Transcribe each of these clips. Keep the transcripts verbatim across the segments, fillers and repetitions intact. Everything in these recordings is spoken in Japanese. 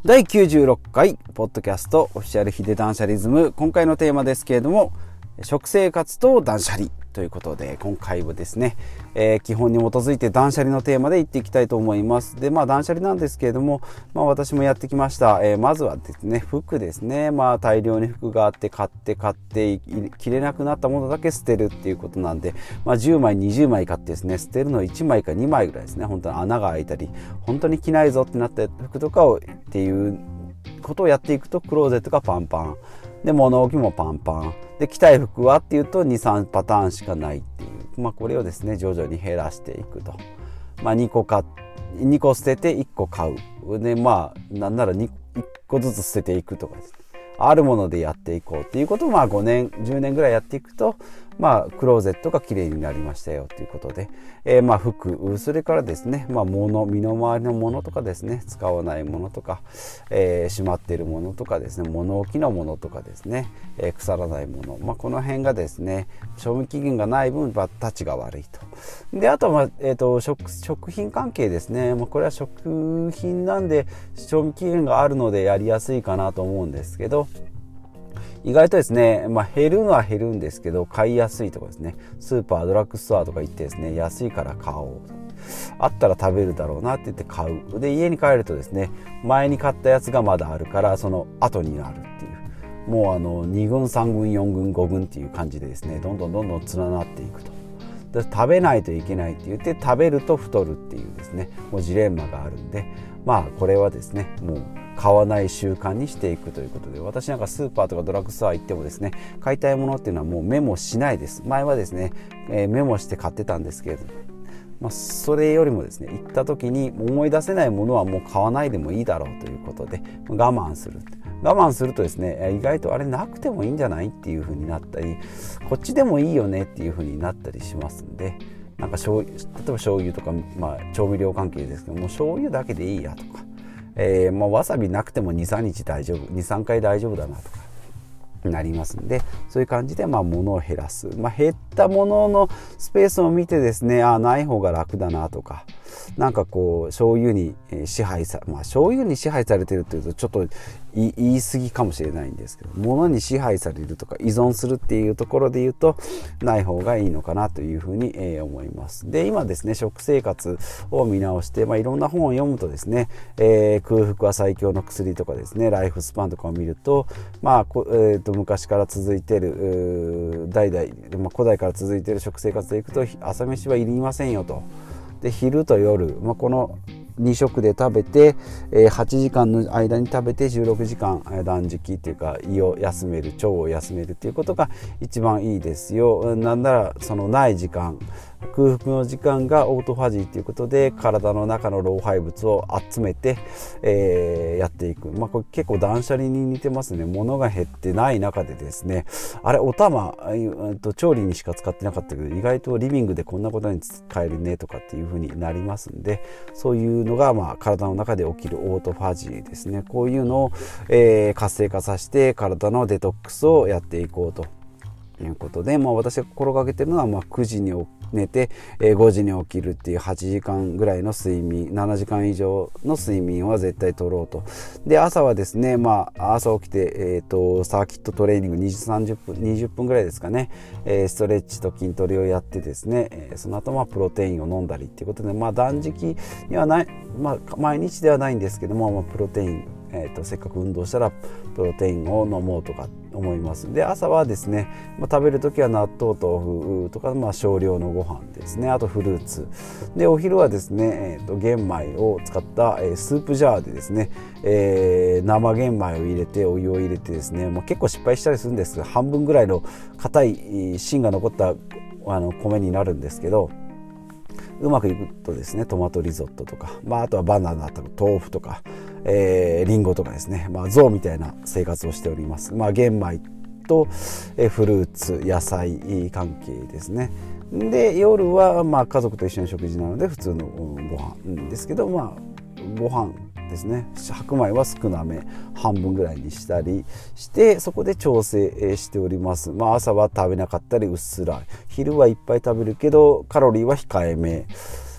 だいきゅうじゅうろっかいポッドキャストオフィシャルヒデ断捨リズム。今回のテーマですけれども、食生活と断捨離ということで、今回はですね、えー、基本に基づいて断捨離のテーマでいっていきたいと思います。で、まあ断捨離なんですけれども、まあ私もやってきました。えー、まずはですね、服ですね。まあ大量に服があって買って買って着れなくなったものだけ捨てるっていうことなんで、まあじゅうまいにじゅうまい買ってですね、捨てるのいちまいかにまいぐらいですね。本当に穴が開いたり、本当に着ないぞってなった服とかをっていうことをやっていくと、クローゼットがパンパンで、物置もパンパンで、着たい服はっていうと にさんパターンしかないっていう、まあこれをですね徐々に減らしていくと、まあにこかにこ捨てていっこ買うで、まあなんならいっこずつ捨てていくとかですね、あるものでやっていこうっていうことをまあごねんじゅうねんぐらいやっていくと、まあクローゼットがきれいになりましたよということで、えー、まあ服、それからですね、まあ物、身の回りのものとかですね、使わないものとか、えー、しまっているものとかですね、物置のものとかですね、えー、腐らないもの、まあこの辺がですね、賞味期限がない分たちが悪いと。で、あとは、まあえー、と 食, 食品関係ですね、まあ、これは食品なんで賞味期限があるのでやりやすいかなと思うんですけど、意外とですね、まあ、減るのは減るんですけど、買いやすいところですね。スーパー、ドラッグストアとか行ってですね、安いから買おう。あったら食べるだろうなって言って買う。で、家に帰るとですね、前に買ったやつがまだあるから、その後になるっていう。もうあの、にぐん、さんぐん、よんぐん、ごぐんっていう感じでですね、どんどんどんどん連なっていくと。で、食べないといけないって言って、食べると太るっていうですね、もうジレンマがあるんで、まあ、これはですね、もう、買わない習慣にしていくということで、私なんかスーパーとかドラッグストア行ってもですね、買いたいものっていうのはもうメモしないです。前はですね、えー、メモして買ってたんですけれども、まあ、それよりもですね、行った時に思い出せないものはもう買わないでもいいだろうということで我慢する。我慢するとですね、意外とあれなくてもいいんじゃないっていう風になったり、こっちでもいいよねっていう風になったりしますんで、なんか醤油、例えば醤油とか、まあ、調味料関係ですけども、醤油だけでいいやとか、えーまあ、わさびなくてもにさんにち大丈夫、にさんかい大丈夫だなとかなりますんで、そういう感じでまあ物を減らす、まあ、減ったもののスペースを見てですね、あ、ない方が楽だなとか、なんかこう醤油に支配さ、まあ醤油に支配されてるっていうとちょっと言い過ぎかもしれないんですけど、物に支配されるとか依存するっていうところで言うとない方がいいのかなというふうに思います。で、今ですね、食生活を見直して、まあ、いろんな本を読むとですね、えー、空腹は最強の薬とかですね、ライフスパンとかを見ると、まあ、えー、と昔から続いている代々、まあ、古代から続いている食生活でいくと、朝飯はいりませんよと。で、昼と夜、まあ、このに食で食べて、えー、はちじかんの間に食べてじゅうろくじかん断食っていうか胃を休める、腸を休めるっていうことが一番いいですよ。なんならそのない時間、空腹の時間がオートファジーということで体の中の老廃物を集めて、えー、やっていく、まあ、これ結構断捨離に似てますね。物が減ってない中でですね、あれお玉と調理にしか使ってなかったけど意外とリビングでこんなことに使えるねとかっていう風になりますんで、そういうのがまあ体の中で起きるオートファジーですね。こういうのを、えー、活性化させて体のデトックスをやっていこうということで、まあ、私が心がけているのは、まあ、くじに寝て、えー、ごじに起きるっていうはちじかんぐらいの睡眠、ななじかん以上の睡眠は絶対取ろうと。で、朝はですね、まあ、朝起きて、えーと、サーキットトレーニングにじゅう、さんじゅっぷん、にじゅっぷんぐらいですかね、えー、ストレッチと筋トレをやってですね、えー、その後まあプロテインを飲んだりっていうことで、まあ、断食にはない、まあ、毎日ではないんですけども、まあ、プロテイン、えーと、せっかく運動したらプロテインを飲もうとか思います。で、朝はですね、まあ、食べるときは納豆豆腐とか、まあ、少量のご飯ですね、あとフルーツで、お昼はですね、えーと、玄米を使った、えー、スープジャーでですね、えー、生玄米を入れてお湯を入れてですね、まあ、結構失敗したりするんですが、半分ぐらいの硬い芯が残ったあの米になるんですけど、うまくいくとですね、トマトリゾットとか、まあ、あとはバナナとか豆腐とか、えー、リンゴとかですね、まあ、象みたいな生活をしております。まあ、玄米と、えー、フルーツ、野菜関係ですね。で、夜はまあ家族と一緒に食事なので普通のご飯ですけど、まあご飯ですね、白米は少なめ、半分ぐらいにしたりしてそこで調整しております。まあ、朝は食べなかったりうっすら、昼はいっぱい食べるけどカロリーは控えめ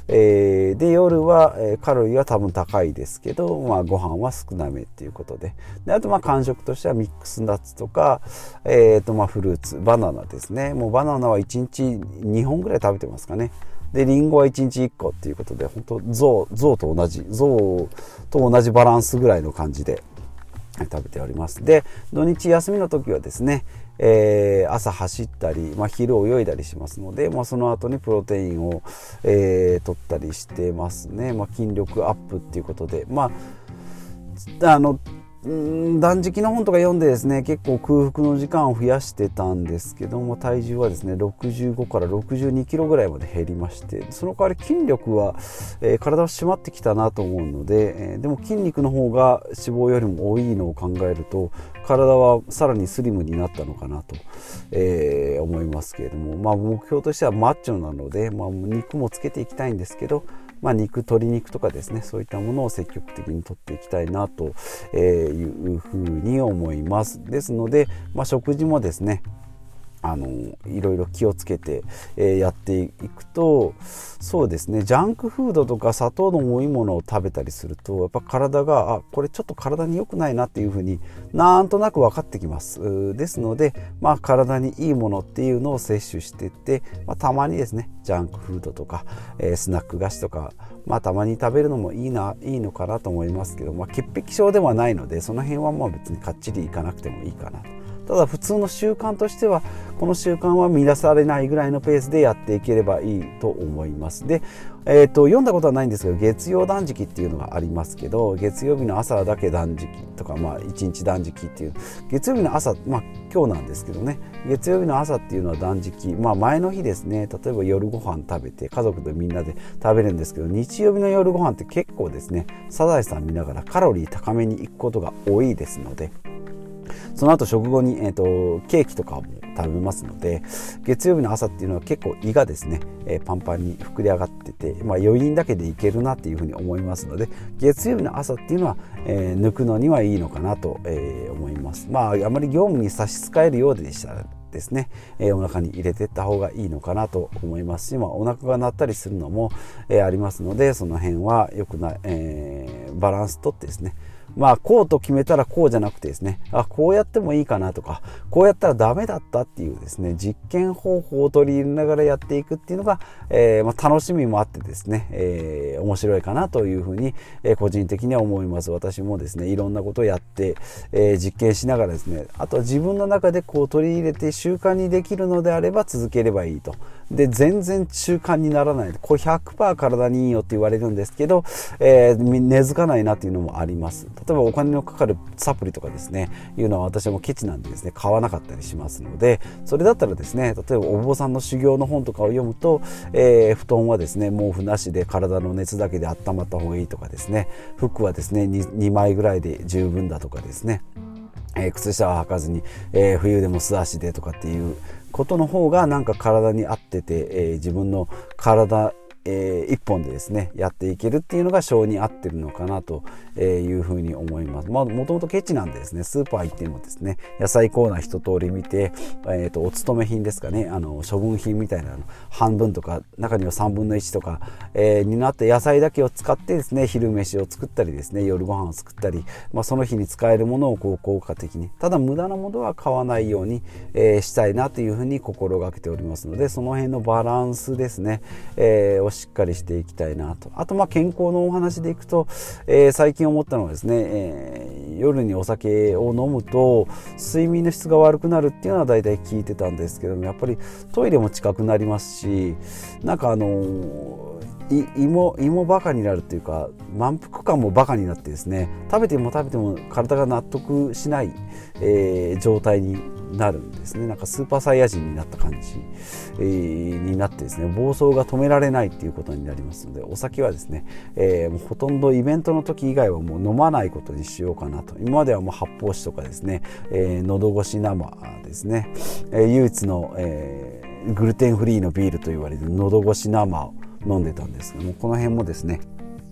えー、で夜は、えー、カロリーは多分高いですけど、まあ、ご飯は少なめっていうことで、であとまあ間食としてはミックスナッツとか、えーとまあ、フルーツ、バナナですね。もうバナナはいちにちにほんぐらい食べてますかね。でリンゴはいちにちいっこっていうことで、本当象象と同じ象と同じバランスぐらいの感じで食べております。で土日休みの時はですね、えー、朝走ったり、まあ、昼泳いだりしますので、まあ、その後にプロテインを、えー、取ったりしてますね。まあ、筋力アップっていうことで、まああの断食の本とか読んでですね、結構空腹の時間を増やしてたんですけども、体重はですねろくじゅうごからろくじゅうにキロぐらいまで減りまして、その代わり筋力は、えー、体は締まってきたなと思うので、えー、でも筋肉の方が脂肪よりも多いのを考えると、体はさらにスリムになったのかなと、えー、思いますけれども、まあ、目標としてはマッチョなので、まあ、肉もつけていきたいんですけど、まあ、肉、鶏肉とかですね、そういったものを積極的に取っていきたいなというふうに思います。ですので、まあ、食事もですね、あのいろいろ気をつけて、えー、やっていくと、そうですね、ジャンクフードとか砂糖の多いものを食べたりすると、やっぱ体があこれちょっと体に良くないなっていうふうになんとなく分かってきます。ですので、まあ、体にいいものっていうのを摂取していって、まあ、たまにですねジャンクフードとか、えー、スナック菓子とか、まあ、たまに食べるのもいいないいのかなと思いますけど、まあ、潔癖症ではないので、その辺はまあ別にかっちりいかなくてもいいかなと。ただ普通の習慣としては、この習慣は乱されないぐらいのペースでやっていければいいと思います。で、えー、と読んだことはないんですけど、月曜断食っていうのがありますけど、月曜日の朝だけ断食とか、まあいちにち断食っていう、月曜日の朝、まあ今日なんですけどね、月曜日の朝っていうのは断食、まあ前の日ですね、例えば夜ご飯食べて家族でみんなで食べるんですけど、日曜日の夜ご飯って結構ですね、サザエさん見ながらカロリー高めにいくことが多いですので、その後食後に、えー、とケーキとかも食べますので、月曜日の朝っていうのは結構胃がですね、えー、パンパンに膨れ上がってて、まあ、余韻だけでいけるなっていうふうに思いますので、月曜日の朝っていうのは、えー、抜くのにはいいのかなと、えー、思います。まああまり業務に差し支えるようでしたらですね、えー、お腹に入れていった方がいいのかなと思いますし、まあ、お腹が鳴ったりするのも、えー、ありますので、その辺は良くない、えー、バランスとってですね、まあこうと決めたらこうじゃなくてですね、あこうやってもいいかなとか、こうやったらダメだったっていうですね、実験方法を取り入れながらやっていくっていうのが、えーまあ、楽しみもあってですね、えー、面白いかなというふうに、えー、個人的には思います。私もですね、いろんなことをやって、えー、実験しながらですね、あとは自分の中でこう取り入れて習慣にできるのであれば続ければいいと。で全然習慣にならない、これ ひゃくパーセント 体にいいよって言われるんですけど、えー、根付かないなっていうのもあります。例えばお金のかかるサプリとかですね、いうのは私はもうケチなんでですね、買わなかったりしますので、それだったらですね、例えばお坊さんの修行の本とかを読むと、えー、布団はですね毛布なしで体の熱だけで温まった方がいいとかですね、服はですね 2, にまいぐらいで十分だとかですね、えー、靴下は履かずに、えー、冬でも素足でとかっていうことの方がなんか体に合ってて、えー、自分の体えー、一本でですねやっていけるっていうのが性に合ってるのかなというふうに思います。まあもともとケチなんでですね、スーパー行ってもですね、野菜コーナー一通り見て、えー、とお勤め品ですかね、あの処分品みたいなの半分とか中にはさんぶんのいちとか、えー、になって野菜だけを使ってですね昼飯を作ったりですね、夜ご飯を作ったり、まあ、その日に使えるものをこう効果的に、ただ無駄なものは買わないように、えー、したいなというふうに心がけておりますので、その辺のバランスですね、えー、をしっかりしていきたいなと。あとまあ健康のお話でいくと、えー、最近思ったのはですね、えー、夜にお酒を飲むと睡眠の質が悪くなるっていうのは大体聞いてたんですけども、やっぱりトイレも近くなりますし、なんかあのー胃も、胃もバカになるっていうか、満腹感もバカになってですね、食べても食べても体が納得しない、えー、状態になるんですね。なんかスーパーサイヤ人になった感じ、えー、になってですね、暴走が止められないっていうことになりますので、お酒はですね、えー、もうほとんどイベントの時以外はもう飲まないことにしようかなと。今まではもう発泡酒とかですね、えー、喉越し生ですね、えー、唯一の、えー、グルテンフリーのビールと言われる喉越し生を飲んでたんですけども、この辺もですね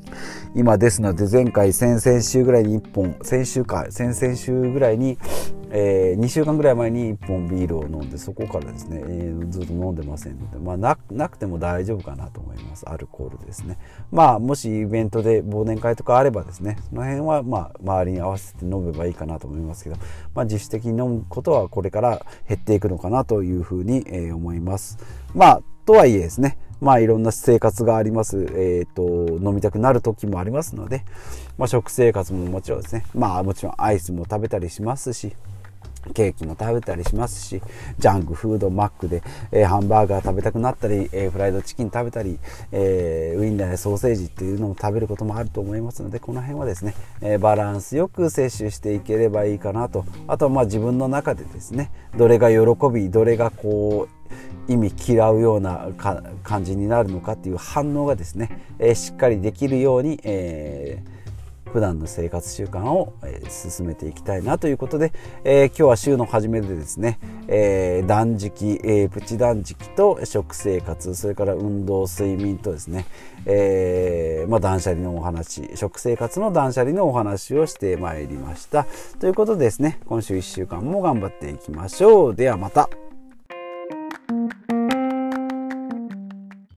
今ですので、前回先々週ぐらいにいっぽん、先週か先々週ぐらいに、 えー、にしゅうかんぐらい前にいっぽんビールを飲んで、そこからですね、えー、ずっと飲んでませんので、まあ、な, なくても大丈夫かなと思います。アルコールですね。まあもしイベントで忘年会とかあればですね、その辺はまあ周りに合わせて飲めばいいかなと思いますけど、まあ、自主的に飲むことはこれから減っていくのかなというふうに、えー、思います。まあとはいえですね、まあいろんな生活があります。えっと、飲みたくなる時もありますので、まあ食生活ももちろんですね、まあもちろんアイスも食べたりしますし、ケーキも食べたりしますし、ジャンクフードマックで、えー、ハンバーガー食べたくなったり、えー、フライドチキン食べたり、えー、ウインナーやソーセージっていうのも食べることもあると思いますので、この辺はですね、えー、バランスよく摂取していければいいかなと。あとはまあ自分の中でですね、どれが喜び、どれがこう意味嫌うような感じになるのかっていう反応がですね、えー、しっかりできるように、えー普段の生活習慣を、えー、進めていきたいなということで、えー、今日は週の初めでですね、えー、断食、えー、プチ断食と食生活、それから運動、睡眠とですね、えーまあ、断捨離のお話、食生活の断捨離のお話をしてまいりました。ということでですね、今週いっしゅうかんも頑張っていきましょう。ではまた。